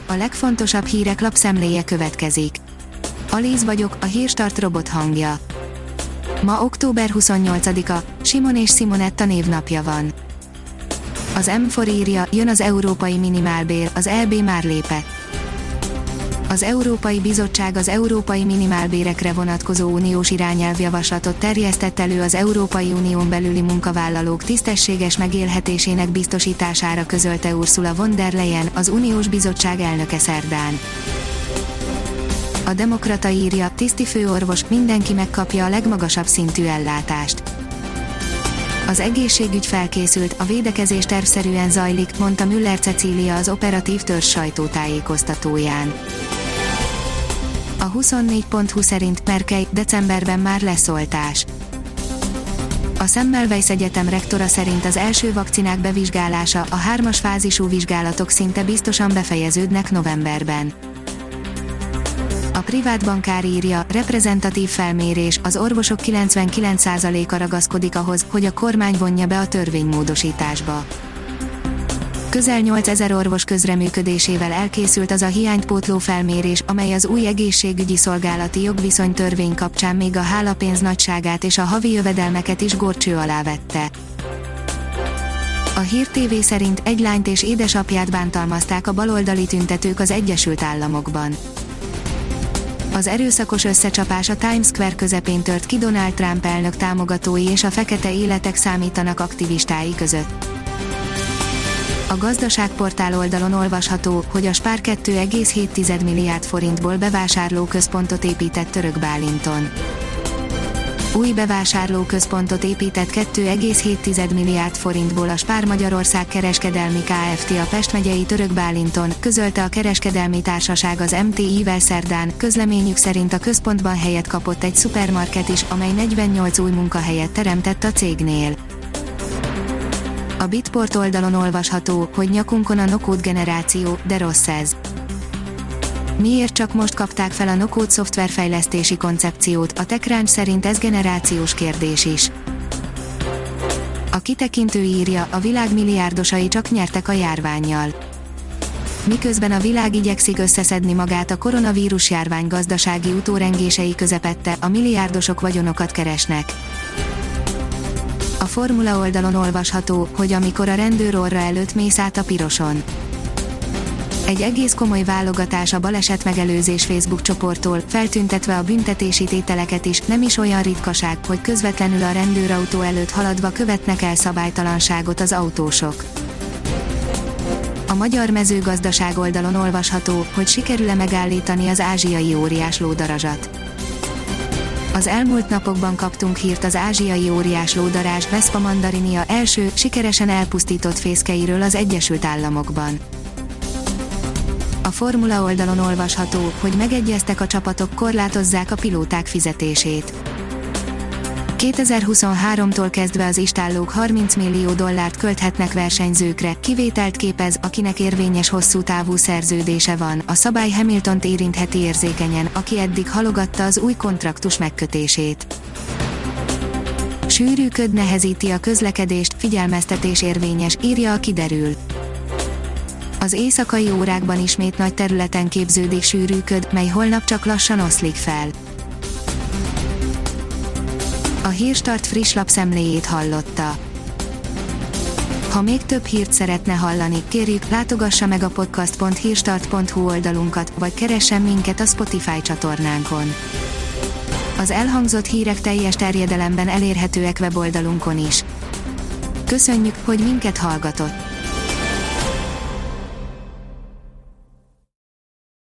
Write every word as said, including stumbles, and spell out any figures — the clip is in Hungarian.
A legfontosabb hírek lapszemléje következik. Alíz vagyok, a Hírstart robot hangja. Ma október huszonnyolcadika, Simon és Simonetta névnapja van. Az M négy írja, jön az európai minimálbér, az é bé már lépett. Az Európai Bizottság az európai minimálbérekre vonatkozó uniós irányelvjavaslatot terjesztett elő az Európai Unión belüli munkavállalók tisztességes megélhetésének biztosítására, közölte Ursula von der Leyen, az Uniós Bizottság elnöke szerdán. A Demokrata írja, tisztifőorvos, mindenki megkapja a legmagasabb szintű ellátást. Az egészségügy felkészült, a védekezés tervszerűen zajlik, mondta Müller Cecília az operatív törzs sajtótájékoztatóján. A huszonnégy pont hu szerint Merkely, decemberben már lesz oltás. A Semmelweis Egyetem rektora szerint az első vakcinák bevizsgálása, a hármas fázisú vizsgálatok szinte biztosan befejeződnek novemberben. A privát bankár írja, reprezentatív felmérés, az orvosok kilencvenkilenc százaléka ragaszkodik ahhoz, hogy a kormány vonja be a törvénymódosításba. Közel nyolcezer orvos közreműködésével elkészült az a hiányt pótló felmérés, amely az új egészségügyi szolgálati jogviszony-törvény kapcsán még a hálapénz nagyságát és a havi jövedelmeket is górcső alá vette. A Hír té vé szerint egy lányt és édesapját bántalmazták a baloldali tüntetők az Egyesült Államokban. Az erőszakos összecsapás a Times Square közepén tört ki, Donald Trump elnök támogatói és a fekete életek számítanak aktivistái között. A gazdaságportál oldalon olvasható, hogy a Spar két egész hét milliárd forintból bevásárlóközpontot épített Török Bálinton. Új bevásárlóközpontot épített két egész hét milliárd forintból a Spar Magyarország Kereskedelmi Kft. A Pest megyei Török Bálinton, közölte a kereskedelmi társaság az em té i-vel szerdán. Közleményük szerint a központban helyet kapott egy szupermarket is, amely negyvennyolc új munkahelyet teremtett a cégnél. A Bitport oldalon olvasható, hogy nyakunkon a no-code generáció, de rossz ez. Miért csak most kapták fel a no-code szoftverfejlesztési koncepciót? A TechCrunch szerint ez generációs kérdés is. A kitekintő írja, a világ milliárdosai csak nyertek a járvánnyal. Miközben a világ igyekszik összeszedni magát a koronavírus járvány gazdasági utórengései közepette, a milliárdosok vagyonokat keresnek. A Formula oldalon olvasható, hogy amikor a rendőr orra előtt mész át a piroson. Egy egész komoly válogatás a baleset megelőzés Facebook csoporttól, feltüntetve a büntetési tételeket is, nem is olyan ritkaság, hogy közvetlenül a rendőrautó előtt haladva követnek el szabálytalanságot az autósok. A Magyar Mezőgazdaság oldalon olvasható, hogy sikerül-e megállítani az ázsiai óriás lódarazsat. Az elmúlt napokban kaptunk hírt az ázsiai óriás lódarázs Vespa mandarinia első, sikeresen elpusztított fészkeiről az Egyesült Államokban. A Formula oldalon olvasható, hogy megegyeztek a csapatok, korlátozzák a pilóták fizetését. kétezer-huszonháromtól kezdve az istállók harminc millió dollárt költhetnek versenyzőkre, kivételt képez, akinek érvényes hosszú távú szerződése van. A szabály Hamiltont érintheti érzékenyen, aki eddig halogatta az új kontraktus megkötését. Sűrű köd nehezíti a közlekedést, figyelmeztetés érvényes, írja a Kiderül. Az éjszakai órákban ismét nagy területen képződik sűrű köd, mely holnap csak lassan oszlik fel. A Hírstart friss lapszemléjét hallotta. Ha még több hírt szeretne hallani, kérjük, látogassa meg a podcast pont hírstart pont hu oldalunkat, vagy keressen minket a Spotify csatornánkon. Az elhangzott hírek teljes terjedelemben elérhetőek weboldalunkon is. Köszönjük, hogy minket hallgatott!